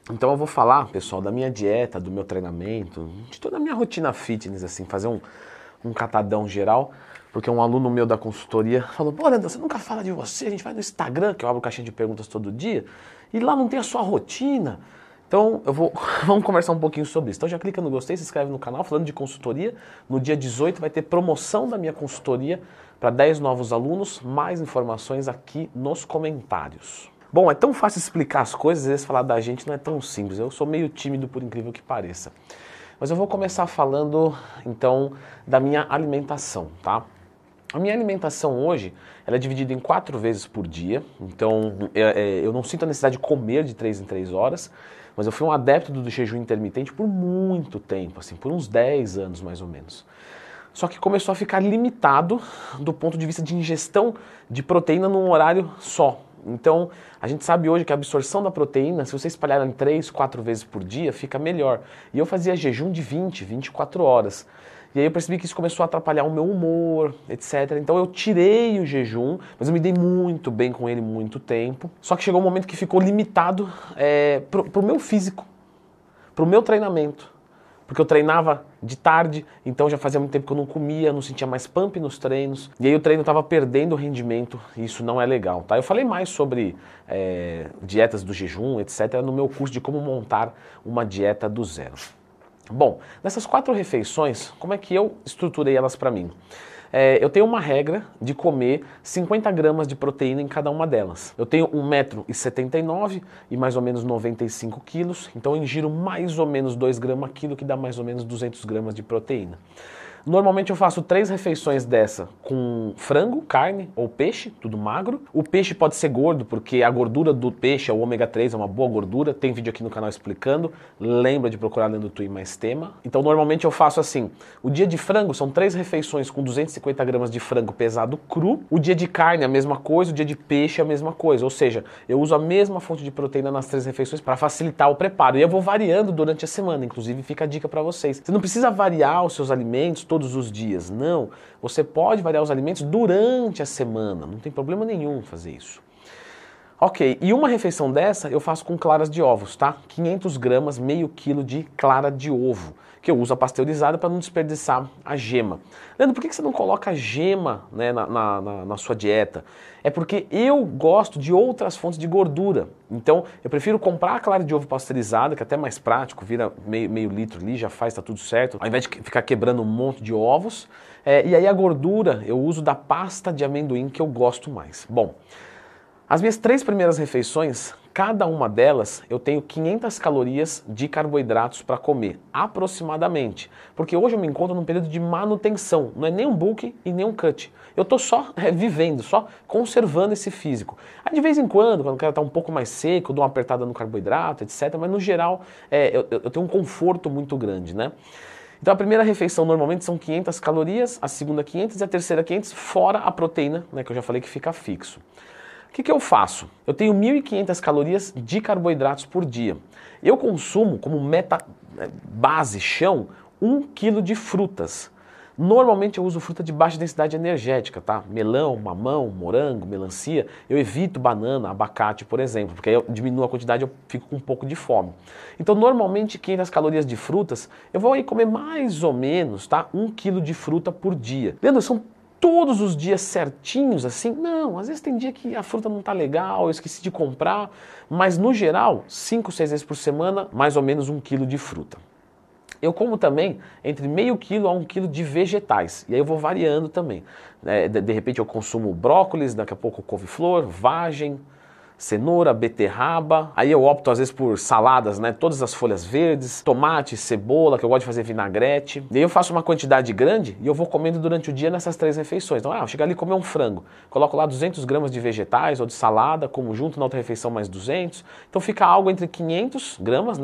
Então eu vou falar, pessoal, da minha dieta, do meu treinamento, de toda a minha rotina fitness, assim, fazer um catadão geral, porque um aluno meu da consultoria falou, pô, Leandro, você nunca fala de você, a gente vai no Instagram, que eu abro caixinha de perguntas todo dia, e lá não tem a sua rotina. Então, vamos conversar um pouquinho sobre isso. Então já clica no gostei, se inscreve no canal, falando de consultoria. No dia 18 vai ter promoção da minha consultoria para 10 novos alunos. Mais informações aqui nos comentários. Bom, é tão fácil explicar as coisas, às vezes falar da gente não é tão simples. Eu sou meio tímido, por incrível que pareça. Mas eu vou começar falando, então, da minha alimentação, tá? A minha alimentação hoje, ela é dividida em 4 vezes por dia, então eu não sinto a necessidade de comer de 3 em 3 horas, mas eu fui um adepto do jejum intermitente por muito tempo, assim, por uns 10 anos mais ou menos. Só que começou a ficar limitado do ponto de vista de ingestão de proteína num horário só. Então, a gente sabe hoje que a absorção da proteína, se você espalhar em 3, 4 vezes por dia, fica melhor. E eu fazia jejum de 20, 24 horas. E aí eu percebi que isso começou a atrapalhar o meu humor, etc. Então eu tirei o jejum, mas eu me dei muito bem com ele muito tempo. Só que chegou um momento que ficou limitado pro meu físico, pro meu treinamento. Porque eu treinava de tarde, então já fazia muito tempo que eu não comia, não sentia mais pump nos treinos. E aí o treino estava perdendo rendimento e isso não é legal, tá? Eu falei mais sobre dietas do jejum, etc. no meu curso de como montar uma dieta do zero. Bom, nessas 4 refeições, como é que eu estruturei elas para mim? Eu tenho uma regra de comer 50 gramas de proteína em cada uma delas. Eu tenho 1,79 m e mais ou menos 95 quilos, então eu ingiro mais ou menos 2 gramas quilo, que dá mais ou menos 200 gramas de proteína. Normalmente eu faço 3 refeições dessa com frango, carne ou peixe, tudo magro. O peixe pode ser gordo, porque a gordura do peixe, o ômega 3, é uma boa gordura. Tem vídeo aqui no canal explicando. Lembra de procurar Leandro Twin mais tema. Então normalmente eu faço assim, o dia de frango são 3 refeições com 250 gramas de frango pesado cru. O dia de carne a mesma coisa, o dia de peixe a mesma coisa. Ou seja, eu uso a mesma fonte de proteína nas 3 refeições para facilitar o preparo. E eu vou variando durante a semana, inclusive fica a dica para vocês. Você não precisa variar os seus alimentos todos os dias, não. Você pode variar os alimentos durante a semana, não tem problema nenhum fazer isso. Ok, e uma refeição dessa eu faço com claras de ovos, tá? 500 gramas, meio quilo de clara de ovo, que eu uso a pasteurizada para não desperdiçar a gema. Leandro, por que você não coloca gema, né, na sua dieta? É porque eu gosto de outras fontes de gordura. Então eu prefiro comprar a clara de ovo pasteurizada, que é até mais prático, vira meio litro ali, já faz, tá tudo certo, ao invés de ficar quebrando um monte de ovos. E aí a gordura eu uso da pasta de amendoim, que eu gosto mais. Bom, as minhas 3 primeiras refeições, cada uma delas eu tenho 500 calorias de carboidratos para comer, aproximadamente. Porque hoje eu me encontro num período de manutenção, não é nem um bulk e nem um cut. Eu estou só vivendo, só conservando esse físico. Aí de vez em quando eu quero estar um pouco mais seco, eu dou uma apertada no carboidrato, etc. Mas no geral eu tenho um conforto muito grande, né? Então a primeira refeição normalmente são 500 calorias, a segunda 500 e a terceira 500, fora a proteína, né, que eu já falei que fica fixo. O que eu faço? Eu tenho 1.500 calorias de carboidratos por dia. Eu consumo como meta base, chão, 1 kg de frutas. Normalmente eu uso fruta de baixa densidade energética, tá? Melão, mamão, morango, melancia. Eu evito banana, abacate, por exemplo, porque aí eu diminuo a quantidade e eu fico com um pouco de fome. Então normalmente 500 calorias de frutas, eu vou aí comer mais ou menos, tá? 1 kg de fruta por dia. Leandro, são todos os dias certinhos assim? Não, às vezes tem dia que a fruta não tá legal, eu esqueci de comprar, mas no geral, 5, 6 vezes por semana, mais ou menos 1 kg de fruta. Eu como também entre meio quilo a 1 quilo de vegetais, e aí eu vou variando também. De repente eu consumo brócolis, daqui a pouco couve-flor, vagem, cenoura, beterraba. Aí eu opto às vezes por saladas, né? Todas as folhas verdes, tomate, cebola, que eu gosto de fazer vinagrete. E aí eu faço uma quantidade grande e eu vou comendo durante o dia nessas 3 refeições. Então, eu chego ali e comer um frango, coloco lá 200 gramas de vegetais ou de salada, como junto na outra refeição mais 200. Então fica algo entre 500 gramas, né?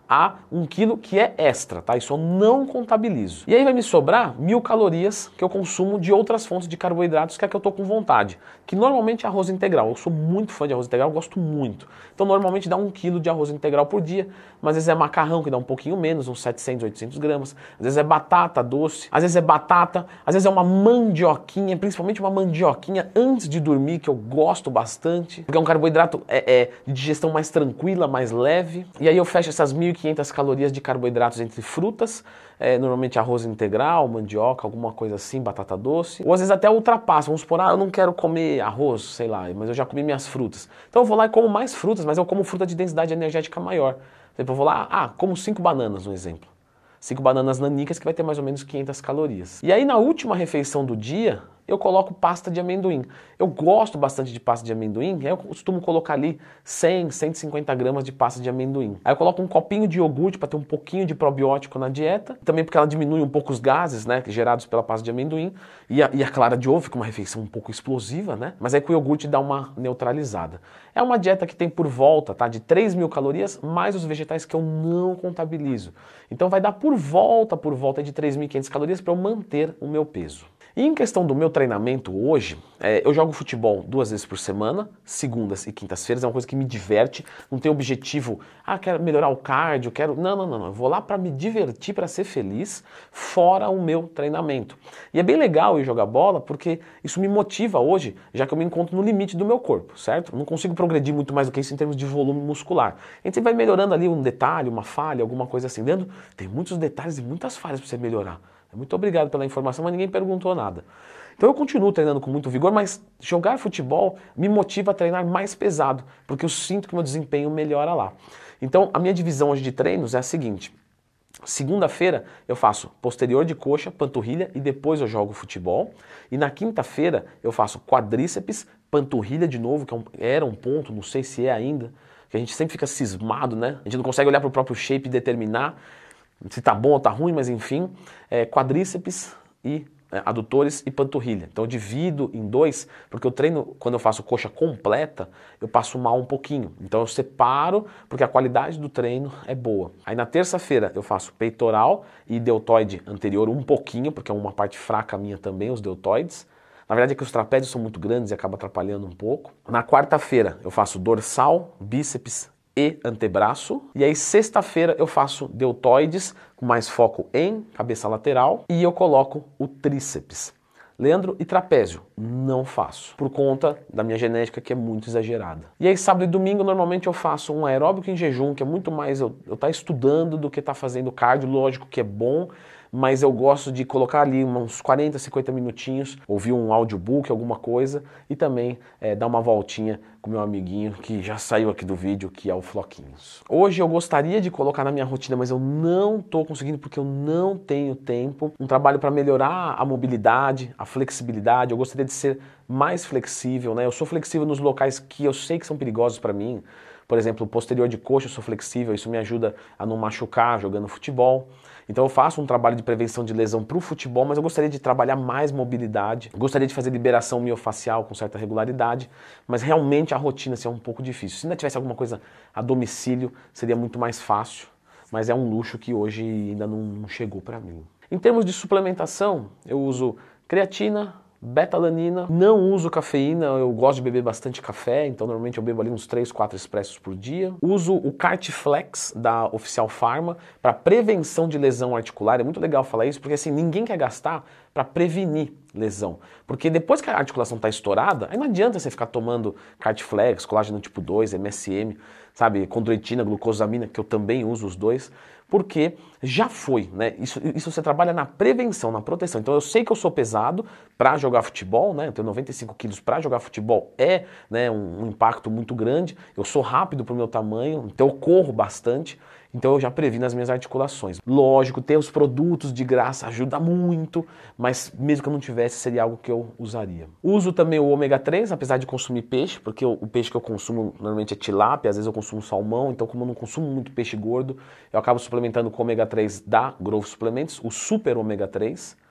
a 1 quilo que é extra, tá? Isso eu não contabilizo. E aí vai me sobrar 1000 calorias que eu consumo de outras fontes de carboidratos que é que eu tô com vontade, que normalmente é arroz integral. Eu sou muito fã de arroz integral, eu gosto muito. Então normalmente dá 1 quilo de arroz integral por dia, mas às vezes é macarrão que dá um pouquinho menos, uns 700, 800 gramas. Às vezes é batata doce, às vezes é batata, às vezes é uma mandioquinha, principalmente uma mandioquinha antes de dormir, que eu gosto bastante, porque é um carboidrato de digestão mais tranquila, mais leve. E aí eu fecho essas 1.500 calorias de carboidratos entre frutas, normalmente arroz integral, mandioca, alguma coisa assim, batata doce. Ou às vezes até ultrapasso, vamos supor, eu não quero comer arroz, sei lá, mas eu já comi minhas frutas. Então eu vou lá e como mais frutas, mas eu como fruta de densidade energética maior. Por exemplo, eu vou lá, como 5 bananas, um exemplo. 5 bananas nanicas que vai ter mais ou menos 500 calorias. E aí na última refeição do dia, eu coloco pasta de amendoim. Eu gosto bastante de pasta de amendoim, eu costumo colocar ali 100, 150 gramas de pasta de amendoim. Aí eu coloco um copinho de iogurte para ter um pouquinho de probiótico na dieta, também porque ela diminui um pouco os gases, né, gerados pela pasta de amendoim, e a clara de ovo fica uma refeição um pouco explosiva, né, mas aí com o iogurte dá uma neutralizada. É uma dieta que tem por volta, tá, de 3.000 calorias, mais os vegetais que eu não contabilizo. Então vai dar por volta de 3.500 calorias para eu manter o meu peso. E em questão do meu treinamento hoje, eu jogo futebol 2 vezes por semana, segundas e quintas-feiras, é uma coisa que me diverte, não tem objetivo, quero melhorar o cardio, quero... Não, eu vou lá para me divertir, para ser feliz, fora o meu treinamento. E é bem legal eu jogar bola, porque isso me motiva hoje, já que eu me encontro no limite do meu corpo, certo? Não consigo progredir muito mais do que isso em termos de volume muscular. A gente vai melhorando ali um detalhe, uma falha, alguma coisa assim. Leandro, tem muitos detalhes e muitas falhas para você melhorar. Muito obrigado pela informação, mas ninguém perguntou nada. Então eu continuo treinando com muito vigor, mas jogar futebol me motiva a treinar mais pesado, porque eu sinto que meu desempenho melhora lá. Então a minha divisão hoje de treinos é a seguinte: segunda-feira eu faço posterior de coxa, panturrilha e depois eu jogo futebol. E na quinta-feira eu faço quadríceps, panturrilha de novo, que era um ponto, não sei se é ainda, que a gente sempre fica cismado, né? A gente não consegue olhar para o próprio shape e determinar se tá bom ou tá ruim, mas enfim, quadríceps e adutores e panturrilha. Então eu divido em 2, porque eu treino, quando eu faço coxa completa, eu passo mal um pouquinho. Então eu separo, porque a qualidade do treino é boa. Aí na terça-feira eu faço peitoral e deltoide anterior um pouquinho, porque é uma parte fraca minha também, os deltoides. Na verdade é que os trapézios são muito grandes e acaba atrapalhando um pouco. Na quarta-feira eu faço dorsal, bíceps e antebraço. E aí sexta-feira eu faço deltoides, com mais foco em cabeça lateral, e eu coloco o tríceps. Leandro, e trapézio? Não faço, por conta da minha genética que é muito exagerada. E aí sábado e domingo normalmente eu faço um aeróbico em jejum, que é muito mais eu tá estudando do que tá fazendo cardio, lógico que é bom, mas eu gosto de colocar ali uns 40, 50 minutinhos, ouvir um audiobook, alguma coisa, e também dar uma voltinha com meu amiguinho que já saiu aqui do vídeo, que é o Floquinhos. Hoje eu gostaria de colocar na minha rotina, mas eu não estou conseguindo porque eu não tenho tempo. Um trabalho para melhorar a mobilidade, a flexibilidade. Eu gostaria de ser mais flexível, né? Eu sou flexível nos locais que eu sei que são perigosos para mim. Por exemplo, o posterior de coxa eu sou flexível, isso me ajuda a não machucar jogando futebol. Então eu faço um trabalho de prevenção de lesão para o futebol, mas eu gostaria de trabalhar mais mobilidade, gostaria de fazer liberação miofacial com certa regularidade, mas realmente a rotina assim, é um pouco difícil. Se ainda tivesse alguma coisa a domicílio, seria muito mais fácil, mas é um luxo que hoje ainda não chegou para mim. Em termos de suplementação, eu uso creatina, beta-alanina, não uso cafeína, eu gosto de beber bastante café, então normalmente eu bebo ali uns 3, 4 expressos por dia. Uso o Cartiflex da Oficial Pharma para prevenção de lesão articular, é muito legal falar isso, porque assim, ninguém quer gastar para prevenir lesão, porque depois que a articulação está estourada, aí não adianta você ficar tomando Cartiflex, colágeno tipo 2, MSM, sabe, condroitina, glucosamina, que eu também uso os dois, porque já foi, né? Isso você trabalha na prevenção, na proteção. Então eu sei que eu sou pesado para jogar futebol, né? Eu tenho 95 quilos para jogar futebol, né, um impacto muito grande. Eu sou rápido para o meu tamanho, então eu corro bastante. Então eu já previ nas minhas articulações. Lógico, ter os produtos de graça ajuda muito, mas mesmo que eu não tivesse, seria algo que eu usaria. Uso também o ômega 3, apesar de consumir peixe, porque o peixe que eu consumo normalmente é tilápia, às vezes eu consumo salmão, então como eu não consumo muito peixe gordo, eu acabo suplementando com ômega 3 da Growth Suplementos, o Super Ômega 3,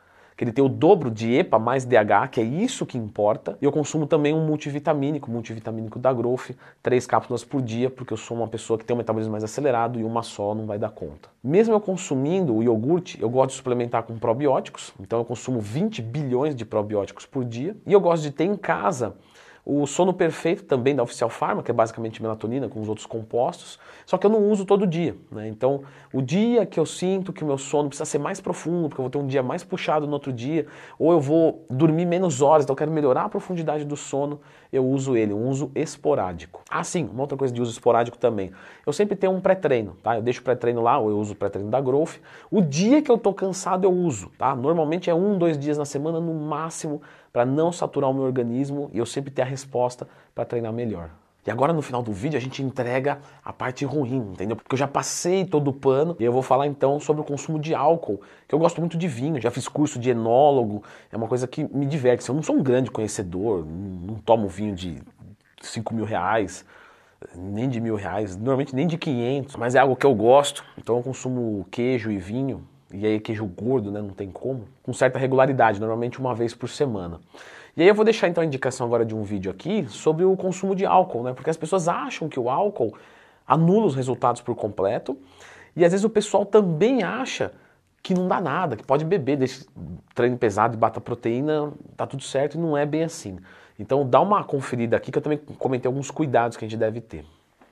que ele tem o dobro de EPA mais DH, que é isso que importa. E eu consumo também um multivitamínico da Growth, 3 cápsulas por dia, porque eu sou uma pessoa que tem um metabolismo mais acelerado e uma só não vai dar conta. Mesmo eu consumindo o iogurte, eu gosto de suplementar com probióticos, então eu consumo 20 bilhões de probióticos por dia. E eu gosto de ter em casa o Sono Perfeito também da Oficial Pharma, que é basicamente melatonina com os outros compostos, só que eu não uso todo dia, né? Então, o dia que eu sinto que o meu sono precisa ser mais profundo, porque eu vou ter um dia mais puxado no outro dia, ou eu vou dormir menos horas, então eu quero melhorar a profundidade do sono, eu uso ele, um uso esporádico. Ah, sim, uma outra coisa de uso esporádico também. Eu sempre tenho um pré-treino, tá? Eu deixo o pré-treino lá, ou eu uso o pré-treino da Growth. O dia que eu tô cansado eu uso, tá? Normalmente é 1, 2 dias na semana no máximo, para não saturar o meu organismo e eu sempre ter a resposta para treinar melhor. E agora no final do vídeo a gente entrega a parte ruim, entendeu? Porque eu já passei todo o pano e eu vou falar então sobre o consumo de álcool, que eu gosto muito de vinho, já fiz curso de enólogo, é uma coisa que me diverte. Eu não sou um grande conhecedor, não tomo vinho de 5 mil reais, nem de R$1.000, normalmente nem de 500, mas é algo que eu gosto, então eu consumo queijo e vinho. E aí queijo gordo, né, não tem como, com certa regularidade, normalmente uma vez por semana. E aí eu vou deixar então a indicação agora de um vídeo aqui sobre o consumo de álcool, né, porque as pessoas acham que o álcool anula os resultados por completo, e às vezes o pessoal também acha que não dá nada, que pode beber, deixa treino pesado e bata proteína, tá tudo certo, e não é bem assim. Então dá uma conferida aqui que eu também comentei alguns cuidados que a gente deve ter.